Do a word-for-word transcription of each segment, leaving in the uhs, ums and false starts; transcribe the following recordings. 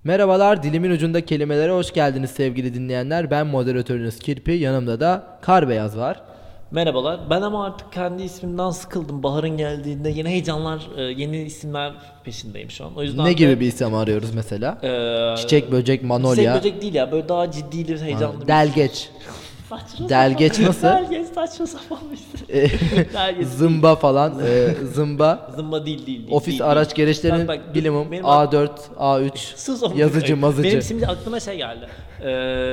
Merhabalar, dilimin ucunda kelimelere hoş geldiniz sevgili dinleyenler. Ben moderatörünüz Kirpi, yanımda da Kar Beyaz var. Merhabalar. Ben ama artık kendi ismimden sıkıldım. Bahar'ın geldiğinde yeni heyecanlar, e, yeni isimler peşindeyim şu an. O yüzden Ne de, gibi bir isim arıyoruz mesela? e, Çiçek, böcek, manolya. Çiçek böcek değil ya. Böyle daha ciddi, heyecanlı bir Delgeç. Saçma Delgeç sapan- nasıl? Delgeç saçma sapan bir isim. Delgeç Zımba falan. e, zımba. Zımba değil değil. değil Ofis değil, araç değil. gereçlerinin Bak, bak, bilimum. benim- A dört, A üç. Sus oğlum. Yazıcı, mazıcı. Benim şimdi aklıma şey geldi. Ee,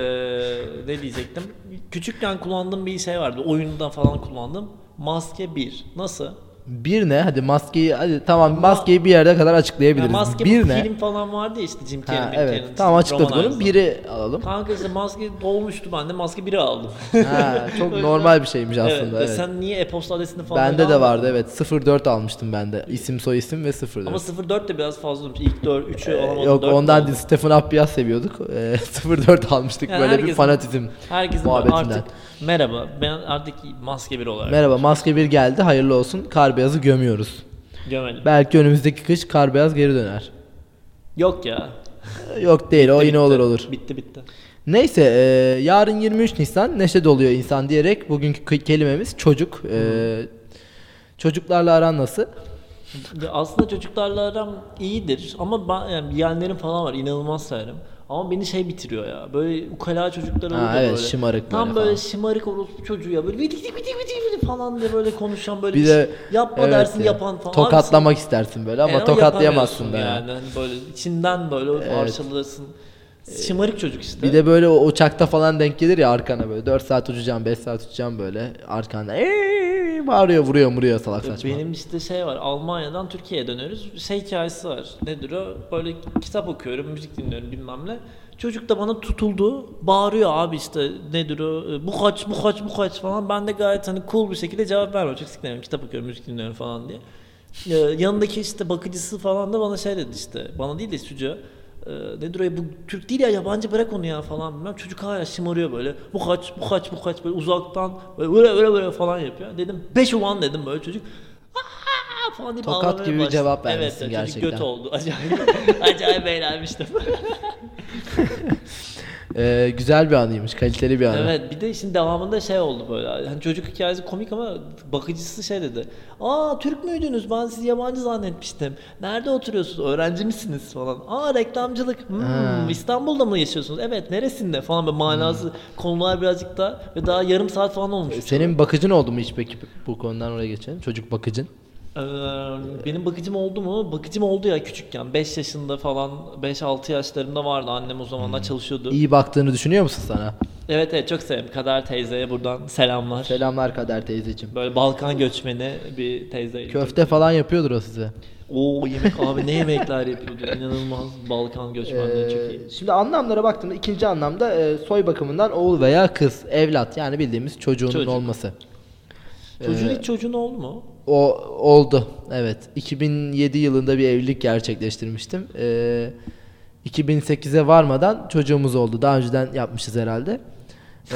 ne diyecektim? Küçükken kullandığım bir şey vardı. Oyunda falan kullandım. Maske bir. Nasıl? Bir ne? Hadi maskeyi, hadi tamam, maskeyi bir yerde kadar açıklayabiliriz. Ya maske bir bir ne? film falan vardı ya işte Jim Ha, Carrey'nin. evet. Carrey'nin Tamam, açıkladık roman onu. aynısı. Biri alalım. Kanka işte maske dolmuştu, ben de maske biri aldım. Ha, çok normal bir şeymiş aslında. Evet. Evet. Sen niye e-posta adresini falan Bende öyle de almadın? vardı, evet. sıfır dört almıştım ben de. İsim soy isim ve sıfır dört. Ama sıfır dört de biraz fazla olmuş. İlk dört, üçü alamadım. Yok, dört ondan oldu. değil, Stephen Abyas seviyorduk. E, sıfır dört almıştık, Yani böyle bir herkesin- fanatizm Herkesin muhabbetinden. artık merhaba, ben artık maske bir olarak Merhaba, maske bir geldi, hayırlı olsun. Kar beyazı gömüyoruz. gömelim. Belki önümüzdeki kış kar beyaz geri döner. Yok ya. Yok değil, o Bitti, yine bitti. olur olur. Bitti bitti. Neyse, e, yarın yirmi üç Nisan, neşe doluyor insan diyerek bugünkü k- kelimemiz çocuk. E, çocuklarla aran nasıl? Ya aslında çocuklarla aram iyidir ama ben yani yeğenlerim falan var, inanılmaz severim. Ama beni şey bitiriyor ya. Böyle ukala çocuklar olur Ha, ya evet, böyle. şımarık Tam böyle böyle falan. şımarık orospu çocuğu ya. Böyle vidi vidi vidi vidi falan diye böyle konuşan böyle Bir bir de şey yapma evet dersin ya, yapan falan. tokatlamak istersin böyle ama Yani tokatlayamazsın da. yapamıyorsun yani. Hani böyle içinden böyle parçalasın. Şımarık çocuk işte. Bir de böyle o uçakta falan denk gelir ya arkana, böyle dört saat uçacağım, beş saat uçacağım, böyle arkanda eee bağırıyor, vuruyor vuruyor salak saçma. Benim işte şey var, Almanya'dan Türkiye'ye dönüyoruz. Şey hikayesi var. Nedir o? Böyle kitap okuyorum, müzik dinliyorum bilmem ne. Çocuk da bana tutuldu. Bağırıyor abi işte nedir o? Bu kaç, bu kaç, bu kaç falan. Ben de gayet hani cool bir şekilde cevap vermiyorum. Çok sıkılıyorum. Kitap okuyorum, müzik dinliyorum falan diye. Ee, yanındaki işte bakıcısı falan da bana şey dedi işte. Bana değil de çocuğa. E, nedir o? Bu Türk değil ya, yabancı, bırak onu ya falan bilmem. Çocuk hala şımarıyor böyle. Bu kaç, bu kaç, bu kaç, böyle uzaktan böyle böyle böyle, böyle falan yapıyor. Dedim beş ulan dedim, böyle çocuk. "Aa!" falan deyip Tokat ağlamaya gibi bir başladı. cevap vermişsin evet, çocuk gerçekten. göt oldu. Acayip, acayip eğlenmiştim. Ee, güzel bir anıymış, kaliteli bir anı. Evet, bir de şimdi devamında şey oldu böyle. Hani çocuk hikayesi komik ama bakıcısı şey dedi. Aa, Türk müydünüz? Ben sizi yabancı zannetmiştim. Nerede oturuyorsunuz? Öğrenci misiniz falan. Aa, reklamcılık. Hmm, Ha. İstanbul'da mı yaşıyorsunuz? Evet, neresinde falan, böyle manası konular birazcık da ve daha yarım saat falan olmuş. Senin bakıcın oldu mu hiç peki, bu konudan oraya geçelim? Çocuk bakıcın. Ee, benim bakıcım oldu mu? Bakıcım oldu ya küçükken. beş yaşında falan, beş altı yaşlarında vardı. Annem o zamanlar çalışıyordu. İyi baktığını düşünüyor musun sana? Evet evet, çok severim. Kader teyzeye buradan selamlar. Selamlar Kader teyzeciğim. Böyle Balkan göçmeni bir teyzeydi. Köfte falan yapıyordur o size. Oo, yemek abi, ne yemekler yapıyordu. İnanılmaz Balkan göçmenleri, çok iyi. Ee, şimdi anlamlara baktığımda ikinci anlamda e, soy bakımından oğul veya kız, evlat, yani bildiğimiz çocuğunun Çocuk. olması. Çocuğun Ee, hiç çocuğun oldu mu? O oldu. Evet. iki bin yedi yılında bir evlilik gerçekleştirmiştim. Ee, iki bin sekize varmadan çocuğumuz oldu. Daha önceden yapmışız herhalde. Ee,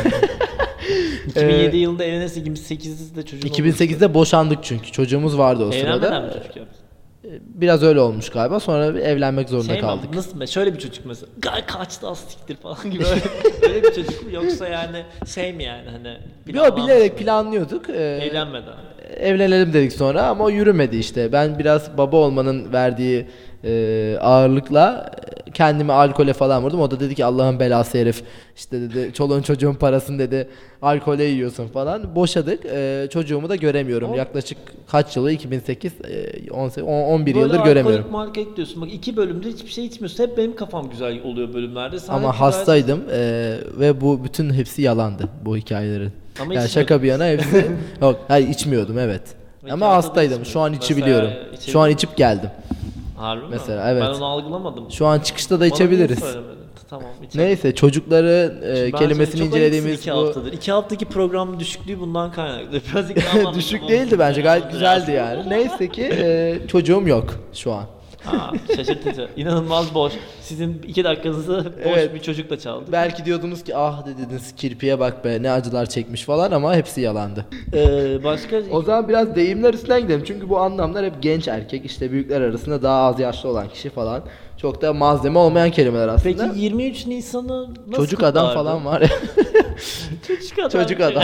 iki bin yedi yılında evlenirse iki bin sekizde çocuğun iki bin sekizde boşandık çünkü. Çocuğumuz vardı o olmuş. Evlenmeden sırada. mi çocuk yaptın? Biraz öyle olmuş galiba. Sonra bir evlenmek zorunda Şey mi, kaldık. nasıl mı? Şöyle bir çocuk mesela. Gay kaçtı az siktir falan gibi öyle, öyle bir çocuk mu? Yoksa yani şey mi yani hani? Yok, bilerek mı? planlıyorduk. Ee, Evlenmeden. evlenelim dedik sonra ama o yürümedi işte. Ben biraz baba olmanın verdiği e, ağırlıkla e, kendimi alkole falan vurdum. O da dedi ki Allah'ın belası herif. İşte dedi çoluğun çocuğun parasını dedi alkole yiyorsun falan. Boşadık. E, çocuğumu da göremiyorum. O- Yaklaşık kaç yılı? iki bin sekiz, e, on, on bir Böyle yıldır göremiyorum. alkolik market diyorsun. Bak, iki bölümde hiçbir şey içmiyorsun. Hep benim kafam güzel oluyor bölümlerde. Sen hep Ama güzel- hastaydım e, ve bu bütün hepsi yalandı bu hikayelerin. Ama Yani içmiyordun. şaka bir yana hepsi. Yok, hayır, içmiyordum, evet. Peki, Ama haftada hastaydım. Şu an içmiyordun. içebiliyorum. Mesela içebildin Şu an mi? içip geldim. Harbi Mesela, mi? evet. Ben onu algılamadım. Şu an çıkışta da Bana niye içebiliriz. söylemedin? Tamam, içelim. Neyse, çocukları e, Şimdi ben kelimesini çok incelediğimiz ayıpsın iki bu haftadır. İki haftaki program düşüklüğü bundan kaynaklı. Biraz ikna düşük değildi bence, gayet güzeldi yani. Neyse ki e, çocuğum yok şu an. Ha, şaşırtıcı. İnanılmaz boş. Sizin iki dakikanızı boş Evet. bir çocukla çaldık. Belki diyordunuz ki ah dediniz kirpiye bak be ne acılar çekmiş falan ama hepsi yalandı. Ee, başka O zaman biraz deyimler üstünden gidelim. Çünkü bu anlamlar hep genç erkek, işte büyükler arasında daha az yaşlı olan kişi falan. Çok da malzeme olmayan kelimeler aslında. Peki yirmi üç Nisan'ı nasıl Çocuk adam kutlardı? falan var ya. Çocuk adam. Çocuk adam.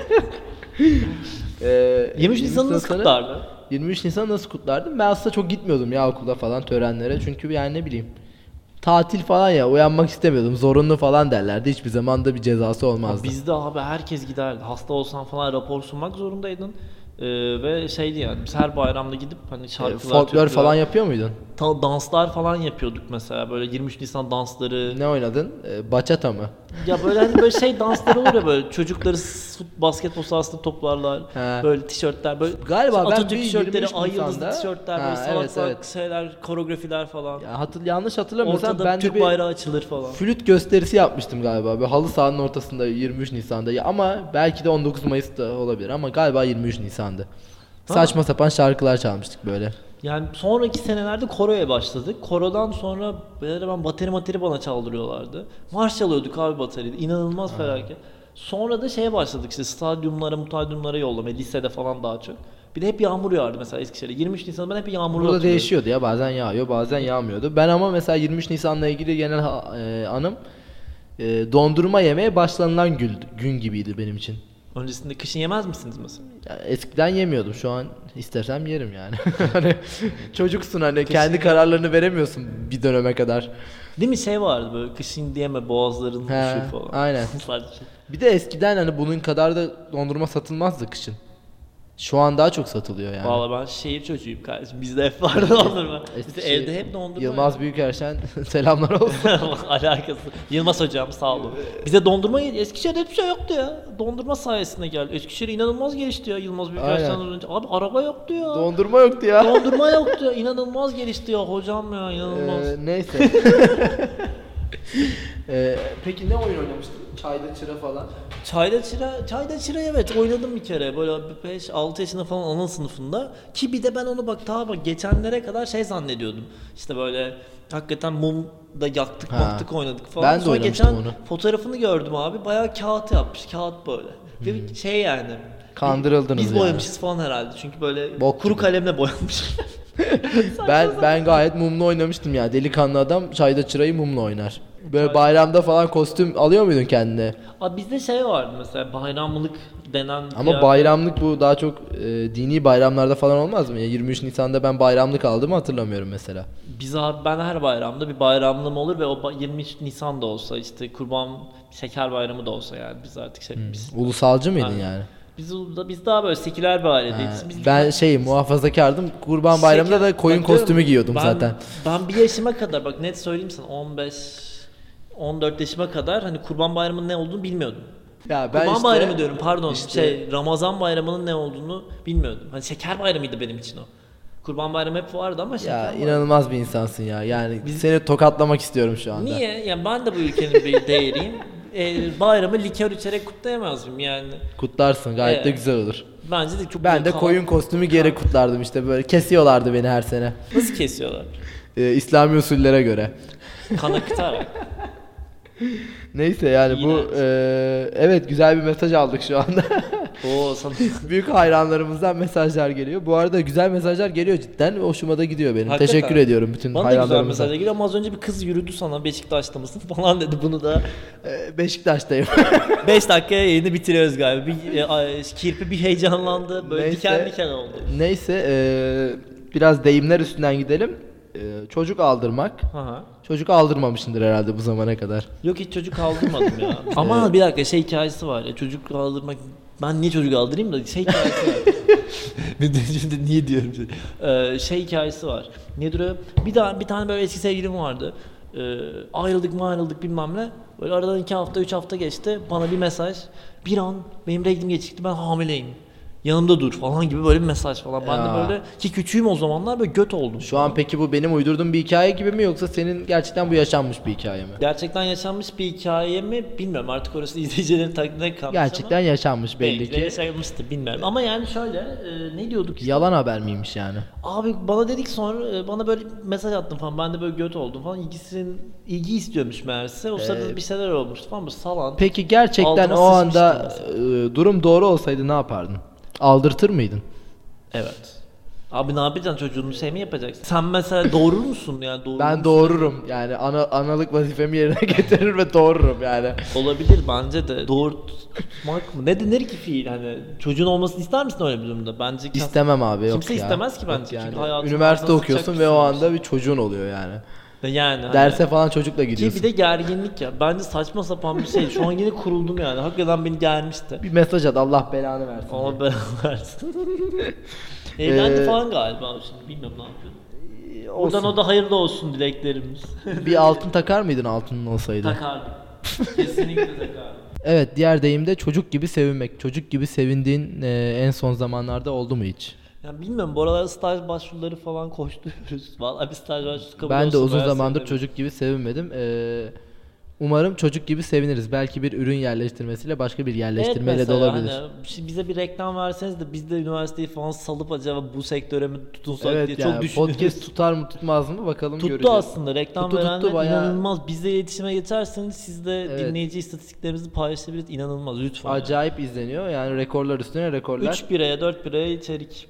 Ee, yirmi üç Nisan'ı nasıl kutlardı? yirmi üç Nisan nasıl kutlardım? Ben aslında çok gitmiyordum ya okula falan törenlere. Çünkü yani ne bileyim. Tatil falan ya, uyanmak istemiyordum. Zorunlu falan derlerdi. Hiçbir zaman da bir cezası olmazdı. Bizde abi herkes giderdi. Hasta olsan falan rapor sunmak zorundaydın. Ee, ve şeydi yani biz her bayramda gidip hani Ee, şarkılar, folklor türküler, falan yapıyor muydun? ta- danslar falan yapıyorduk mesela böyle yirmi üç Nisan dansları. Ne oynadın? Ee, bachata mı? Ya böyle hani böyle şey danslar olur ya böyle çocukları s- basketbol sahasında toplarlar. He. Böyle tişörtler böyle Galiba ben Atatürk bir tişörtleri, yirmi üç ay yıldızlı Nisan'da- tişörtler Ha, böyle salak evet, salak evet. şeyler, koreografiler falan. Ya hatır, yanlış hatırlamıyorsam Ortada ben de Türk bir bayrağı açılır falan. flüt gösterisi yapmıştım galiba. Böyle halı sahanın ortasında yirmi üç Nisan'da. Ya ama belki de on dokuz Mayıs'ta olabilir ama galiba yirmi üç Nisan'dı. Ha. Saçma sapan şarkılar çalmıştık böyle. Yani sonraki senelerde koroya başladık. Korodan sonra böyle ben bateri materi bana çaldırıyorlardı. Marş çalıyorduk abi bateride. İnanılmaz felaket. Sonra da şeye başladık işte stadyumlara, mutadyumlara yollamaya. Lisede falan daha çok. Bir de hep yağmur yağardı mesela Eskişehir'de. yirmi üç Nisan'da ben hep yağmurlu Burada hatırlıyorum. değişiyordu ya, bazen yağıyor bazen yağmıyordu. Ben ama mesela yirmi üç Nisan'la ilgili genel ha- e, anım e, dondurma yemeye başlanılan gün, gün gibiydi benim için. Öncesinde kışın yemez misiniz mesela? Ya eskiden yemiyordum, şu an istersem yerim yani. Hani çocuksun, hani kendi Kesinlikle. kararlarını veremiyorsun bir döneme kadar. Değil mi şey vardı böyle kışın diyeme boğazların He, üşür falan. aynen. Sadece. Bir de eskiden hani bunun kadar da dondurma satılmazdı kışın. Şu an daha çok satılıyor yani. Valla ben şehir çocuğuyum kardeşim. Bizde hep vardı dondurma. Bizde Eskişehir- evde hep dondurma. Yılmaz Büyükerşen selamlar olsun. Alakası. Yılmaz hocam sağ olun. Bize dondurma Eskişehir'de hiçbir şey yoktu ya. Dondurma sayesinde geldi. Eskişehir inanılmaz gelişti ya Yılmaz Büyükerşen'den Aynen. önce. Abi araba yoktu ya. Dondurma yoktu ya. Dondurma yoktu ya. İnanılmaz gelişti ya hocam ya inanılmaz. Ee, neyse. Ee, peki ne oyun oynamıştın? Çayda çıra falan. Çayda çıra, çayda çıra evet oynadım bir kere böyle beş altı yaşında falan ana sınıfında ki bir de ben onu bak ta bak geçenlere kadar şey zannediyordum işte böyle hakikaten mum da yaktık Ha. baktık oynadık falan. Ben de Sonra oynamıştım geçen onu. fotoğrafını gördüm abi bayağı kağıt yapmış kağıt böyle ve bir şey yani Kandırıldınız biz yani. boyamışız falan herhalde çünkü böyle Bok kuru gibi. kalemle boyamış. Ben ben gayet mumlu oynamıştım ya. Delikanlı adam çayda çırayı mumla oynar. Böyle bayramda falan kostüm alıyor muydun kendine? Abi bizde şey vardı mesela bayramlık denen Ama kıyafet- bayramlık bu daha çok e, dini bayramlarda falan olmaz mı? Ya yirmi üç Nisan'da ben bayramlık aldığımı hatırlamıyorum mesela. Biz abi ben her bayramda bir bayramlığım olur ve o ba- yirmi üç Nisan da olsa işte kurban şeker bayramı da olsa yani biz artık şey biz, Ulusalcı mıydın Aynen. yani? biz, da- biz daha böyle seküler bir ailedeyiz. Ha, Biz ben şey muhafazakardım. Kurban Bayramı'nda da koyun Bak diyorum, kostümü giyiyordum ben, zaten. Ben bir yaşıma kadar bak net söyleyeyim sana on beş on dört yaşıma kadar hani kurban bayramının ne olduğunu bilmiyordum. Ya ben Kurban işte- bayramı diyorum pardon işte- şey Ramazan bayramının ne olduğunu bilmiyordum. Hani şeker bayramıydı benim için o. Kurban bayramı hep vardı ama şeker Ya bayramı. inanılmaz bir insansın ya. Yani seni tokatlamak istiyorum şu anda. Niye? Yani ben de bu ülkenin bir değeriyim. E, bayramı likör içerek kutlayamaz mıyım yani? Kutlarsın, gayet de Evet. güzel olur. Bence de çok Ben güzel. de Kan- koyun kostümü giyerek kutlardım işte, böyle kesiyorlardı beni her sene. Nasıl kesiyorlar? Ee, İslami usullere göre. Kan akıtarak. Neyse yani bu İğrenç. e, evet, güzel bir mesaj aldık şu anda. Oo sana. Büyük hayranlarımızdan mesajlar geliyor. Bu arada güzel mesajlar geliyor cidden. Hoşuma da gidiyor benim. Hakikaten. Teşekkür ediyorum bütün Bana da güzel hayranlarımıza. mesajlar geliyor ama az önce bir kız yürüdü sana Beşiktaş'ta mısın falan dedi bunu da. Ee, Beşiktaş'tayım. beş dakikaya yayını bitiriyoruz galiba. Bir, e, a- kirpi bir heyecanlandı. Böyle Neyse. diken diken oldu. Neyse e, biraz deyimler üstünden gidelim. E, çocuk aldırmak. Aha. Çocuk aldırmamışsındır herhalde bu zamana kadar. Yok hiç çocuk aldırmadım ya. Ama bir dakika şey hikayesi var ya çocuk aldırmak ben niye çocuk aldırayım da şey hikayesi var. Bir de şimdi niye diyorum şimdi. Ee, şey hikayesi var. Nedir o? Bir daha bir tane böyle eski sevgilim vardı. Ee, ayrıldık mı ayrıldık bilmem ne. Böyle aradan iki hafta üç hafta geçti. Bana bir mesaj. Bir an benim rengim geçikti ben hamileyim. yanımda dur falan gibi böyle bir mesaj falan. Ben Ya. de böyle ki küçüğüm o zamanlar böyle göt oldum. Şu an peki bu benim uydurduğum bir hikaye gibi mi yoksa senin gerçekten bu yaşanmış bir hikaye mi? Gerçekten yaşanmış bir hikaye mi bilmiyorum, artık orası izleyicilerin takdirine kalmış Gerçekten ama yaşanmış belli belki de ki. yaşanmıştır bilmiyorum. Ama yani şöyle e, ne diyorduk işte. Yalan haber miymiş yani? Abi bana dedik sonra e, bana böyle mesaj attım falan, ben de böyle göt oldum falan, ilgisinin ilgi istiyormuş meğerse, o sırada Ee, bir şeyler olmuştu falan, böyle salan. Peki gerçekten Altıma o anda sıçmıştım e, durum doğru olsaydı ne yapardın? Aldırtır mıydın? Evet. Abi ne yapacaksın, çocuğunu şey mi yapacaksın? Sen mesela doğurur musun yani? Doğurur Ben musun? doğururum yani ana, analık vazifemi yerine getirir ve doğururum yani. Olabilir bence de. Doğurtmak mı? Ne denir ki fiil, hani çocuğun olmasını ister misin öyle bir durumda? Bence kes- İstemem abi yok Kimse ya. istemez ki Yok bence. yani. Çünkü hayatın Üniversite ağzına okuyorsun sıçacak ve o bir şey. anda bir çocuğun oluyor yani. Yani hani- Derse falan çocukla Ki gidiyorsun. bir de gerginlik ya. Bence saçma sapan bir şey. Şu an yine kuruldum yani. Hakikaten beni germişti. Bir mesaj at Allah belanı versin. diye. Allah belanı versin. Evlendi Ee, falan galiba abi şimdi. Bilmiyorum ne yapıyor. Olsun. Oradan o da hayırlı olsun dileklerimiz. Bir altın takar mıydın altının olsaydı? Takardım. Kesinlikle takardım. Evet, diğer deyim de çocuk gibi sevinmek. Çocuk gibi sevindiğin e, en son zamanlarda oldu mu hiç? Ya bilmiyorum, bu aralar staj başvuruları falan koşturuyoruz. Vallahi bir staj başvurusu kabul Ben de olsa uzun bayağı zamandır sevinirim. çocuk gibi sevinmedim. Ee, umarım çocuk gibi seviniriz. Belki bir ürün yerleştirmesiyle başka bir yerleştirmeyle evet, de mesela olabilir. Hani, şimdi bize bir reklam verseniz de biz de üniversiteyi falan salıp acaba bu sektöre mi tutunsak Evet diye yani çok düşünüyoruz. podcast tutar mı tutmaz mı bakalım Tuttu göreceğiz. aslında, reklam Tuttu, verenler tuttu, bayağı- inanılmaz. Bizle iletişime geçerseniz siz de Evet. dinleyici istatistiklerimizi paylaşabiliriz, inanılmaz lütfen. Acayip izleniyor yani rekorlar üstüne rekorlar. üç biraya dört biraya içerik.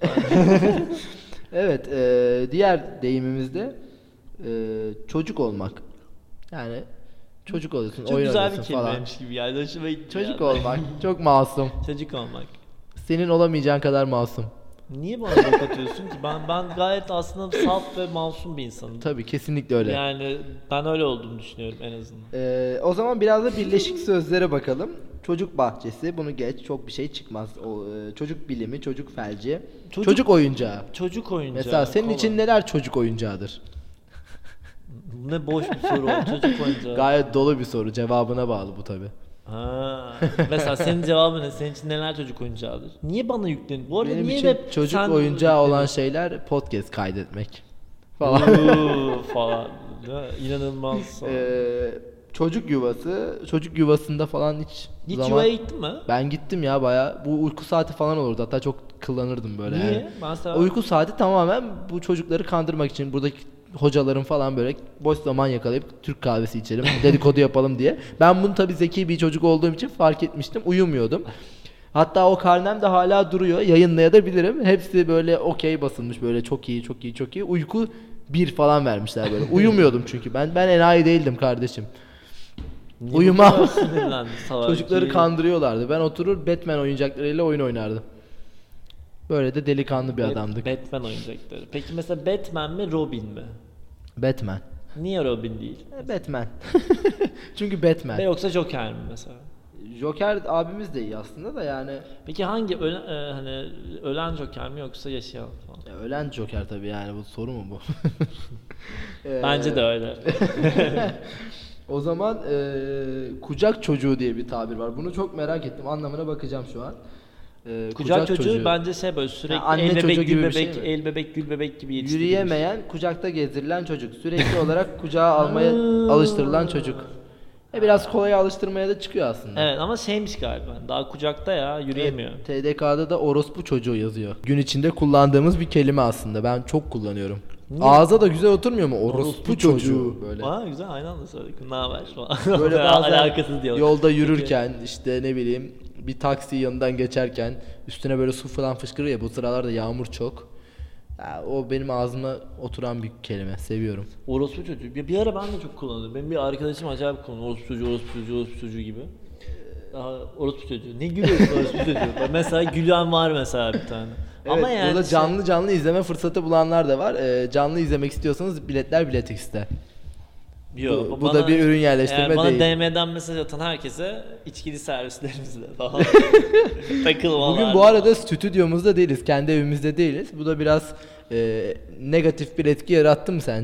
Evet e, diğer deyimimiz de e, çocuk olmak. Yani çocuk oluyorsun, Çok oyun güzel bir oynuyorsun falan. kelimeymiş gibi yani, hoşuma gitti Çocuk yani. olmak çok masum. Çocuk olmak. Senin olamayacağın kadar masum. Niye bana bok atıyorsun ki? Ben ben gayet aslında saf ve masum bir insanım. Tabii kesinlikle öyle. Yani ben öyle olduğumu düşünüyorum en azından. Ee, o zaman biraz da birleşik sözlere bakalım. Çocuk bahçesi, bunu geç, çok bir şey çıkmaz. O, e, çocuk bilimi, çocuk felci, çocuk, Çocuk- oyuncağı. Çocuk oyuncağı. Mesela senin kolay. için neler çocuk oyuncağıdır? Ne boş bir soru o, çocuk oyuncağı. Gayet dolu bir soru, cevabına bağlı bu tabi. Ha. Mesela senin cevabın ne? Senin için neler çocuk oyuncağıdır? Niye bana yükleniyor? Bu arada Benim niye için hep çocuk sen oyuncağı olan yükleniyorsun? şeyler podcast kaydetmek falan. Uuu, falan. Ya, İnanılmaz. falan. Ee, çocuk yuvası, çocuk yuvasında falan hiç Hiç zaman... yuvaya gittin mi? Ben gittim ya baya. Bu uyku saati falan olurdu. Hatta çok kullanırdım böyle. Niye? Yani. Ben sana... Uyku saati tamamen bu çocukları kandırmak için. Buradaki hocaların falan böyle boş zaman yakalayıp Türk kahvesi içelim, dedikodu yapalım diye. Ben bunu tabii zeki bir çocuk olduğum için fark etmiştim. Uyumuyordum. Hatta o karnem de hala duruyor. Yayınlayabilirim. Hepsi böyle okey basılmış. Böyle çok iyi, çok iyi, çok iyi. Uyku bir falan vermişler böyle. Uyumuyordum çünkü. Ben ben enayi değildim kardeşim. Niye bu Uyumam. kadar sinirlendin salak Çocukları ki? kandırıyorlardı. Ben oturur Batman oyuncaklarıyla oyun oynardım. Böyle de delikanlı bir Bat- adamdık. Batman oyuncakları. Peki mesela Batman mi Robin mi? Batman. Niye Robin değil? E, Batman. Çünkü Batman. Ve yoksa Joker mi mesela? Joker abimiz de iyi aslında da yani. Peki hangi ölen, e, hani ölen Joker mi yoksa yaşayan falan? Ya ölen Joker tabii yani, bu soru mu bu? Ee, Bence de öyle. O zaman e, kucak çocuğu diye bir tabir var. Bunu çok merak ettim. Anlamına bakacağım şu an. E, Kucak, çocuğu, bence şey böyle sürekli Ha, anne el çocuğu bebek, gibi gül bir şey bebek, mi? el bebek, gül bebek gibi yetiştirilmiş. Yürüyemeyen, kucakta gezdirilen çocuk. Sürekli olarak kucağa almaya alıştırılan çocuk. E biraz kolay alıştırmaya da çıkıyor aslında. Evet ama şeymiş galiba. Daha kucakta ya, yürüyemiyor. Evet, T D K'da da orospu çocuğu yazıyor. Gün içinde kullandığımız bir kelime aslında. Ben çok kullanıyorum. Niye? Ağza da güzel oturmuyor mu? Orospu, çocuğu. Böyle. Aa güzel, aynı anda söyledik. Ne haber falan. Böyle bazen alakasız diyor. yolda yürürken işte ne bileyim bir taksi yanından geçerken üstüne böyle su falan fışkırıyor ya, bu sıralarda yağmur çok. Ya, o benim ağzıma oturan bir kelime. Seviyorum. Orospu çocuğu. Bir, bir ara ben de çok kullanırım. Benim bir arkadaşım acayip kullanıyor. Orospu çocuğu, orospu çocuğu, orospu çocuğu gibi. Daha orospu çocuğu. Ne gülüyorsun orospu çocuğu? Bak mesela gülen var mesela bir tane. Evet, Ama yani burada şey- canlı canlı izleme fırsatı bulanlar da var. Ee, canlı izlemek istiyorsanız biletler Bilet X'te. Yo, Bu- bu da bir ürün yerleştirme eğer bana değil. D M'den mesaj atan herkese içkili servislerimizle falan takılmalar. Bugün bu arada stüdyomuzda değiliz. Kendi evimizde değiliz. Bu da biraz e, negatif bir etki yarattı mı sence?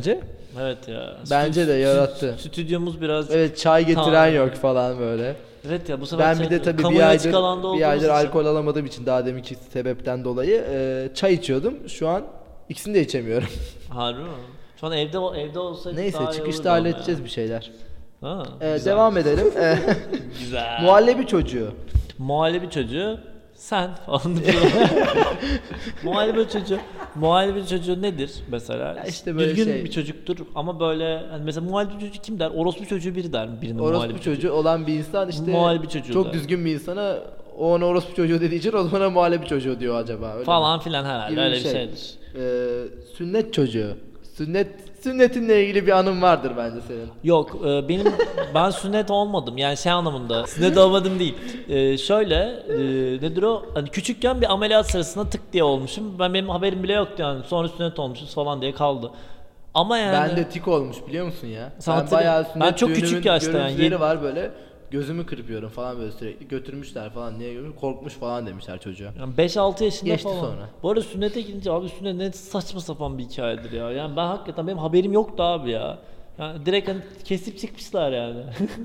Evet ya. Bence Stü- de stü- yarattı. Stüdyomuz biraz. Evet, çay getiren Tamam. yok falan böyle. Evet ya, bu sefer Ben bir de tabii bir kamuya aydır, açık alanda bir olduğumuz aydır için. alkol alamadığım için daha deminki sebepten dolayı e, çay içiyordum. Şu an ikisini de içemiyorum. Harbi mi? Şu an evde evde olsaydı Neyse, daha iyi çıkışta olurdu ama halledeceğiz ya. bir şeyler. Ha, E, güzel. devam edelim. E, Güzel. muhallebi çocuğu. Muhallebi çocuğu sen falan. Muhallebi çocuğu. Muhallebi çocuğu nedir mesela? Ya işte böyle Düzgün şey- bir çocuktur ama böyle hani mesela muhallebi çocuğu kim der? Orospu çocuğu biri der birinin Orospu muhallebi çocuğu olan bir insan işte Muhallebi çocuğu çok da. düzgün bir insana o ona orospu çocuğu dediği için o bana muhallebi çocuğu diyor acaba. Öyle falan filan herhalde Gibi öyle bir bir şey. şeydir. Ee, sünnet çocuğu. Sünnet sünnetinle ilgili bir anın vardır bence senin. Yok e, benim ben sünnet olmadım yani şey anlamında sünnet olmadım değil. E, şöyle e, nedir o, hani küçükken bir ameliyat sırasında tık diye olmuşum, ben benim haberim bile yoktu yani, sonra sünnet olmuşuz falan diye kaldı. Ama yani Ben de tik olmuş biliyor musun ya? Sen ben hatırlıyor- bayağı ben sünnet çok düğünümün küçük yaşta yani, görüntüleri yedi- var böyle. Gözümü kırpıyorum falan böyle sürekli. Götürmüşler falan, niye götürmüş? Korkmuş falan demişler çocuğa. Yani beş altı yaşında Geçti falan. sonra. Bu arada sünnete gidince abi, sünnet ne saçma sapan bir hikayedir ya. Yani ben hakikaten, benim haberim yoktu abi ya. Yani direkt hani kesip çıkmışlar yani.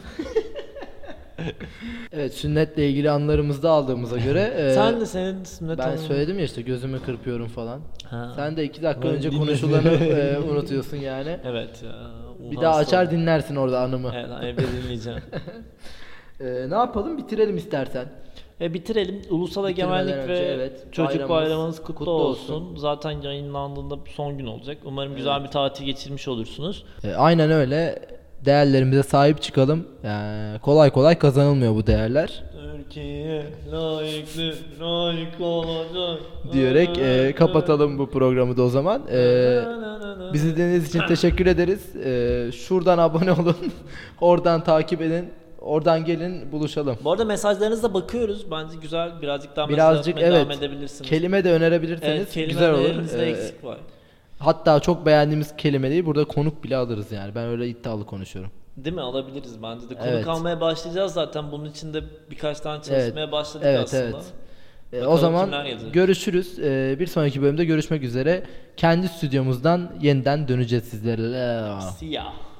Evet, sünnetle ilgili anılarımızda aldığımıza göre e, Sen de senin sünnet ben anın- söyledim ya işte gözümü kırpıyorum falan. Ha. Sen de iki dakika Ben önce dinledim. konuşulanı e, unutuyorsun yani. Evet ya. Bir o daha hasta açar oldu. dinlersin orada anımı. Evet, evde dinleyeceğim. E, ne yapalım, bitirelim istersen. E bitirelim. Ulusal Bitirmeden Egemenlik önce ve evet, Çocuk bayramımız Bayramınız kutlu, kutlu olsun. olsun. Zaten yayınlandığında son gün olacak. Umarım güzel bir tatil geçirmiş olursunuz. E, aynen öyle. Değerlerimize sahip çıkalım. Yani kolay kolay kazanılmıyor bu değerler. Türkiye layıklı, layık olacak. Diyerek e, kapatalım bu programı da o zaman. E, bizi dinlediğiniz için teşekkür ederiz. E, şuradan abone olun. Oradan takip edin. Oradan gelin buluşalım. Bu arada mesajlarınıza bakıyoruz. Bence güzel, birazcık daha mesaj Birazcık atmaya devam evet. edebilirsiniz. Kelime de önerebilirseniz Evet, güzel olur. kelimelerinizde E, eksik var. hatta çok beğendiğimiz kelime değil, burada konuk bile alırız yani. Ben öyle iddialı konuşuyorum. Değil mi? Alabiliriz bence de. Konuk Evet. almaya başlayacağız zaten. Bunun için de birkaç tane çalışmaya Evet. başladık Evet, aslında. evet. E, Bakalım o zaman kimler gelecek. görüşürüz. E, bir sonraki bölümde görüşmek üzere. Kendi stüdyomuzdan yeniden döneceğiz sizlerle. Siyah.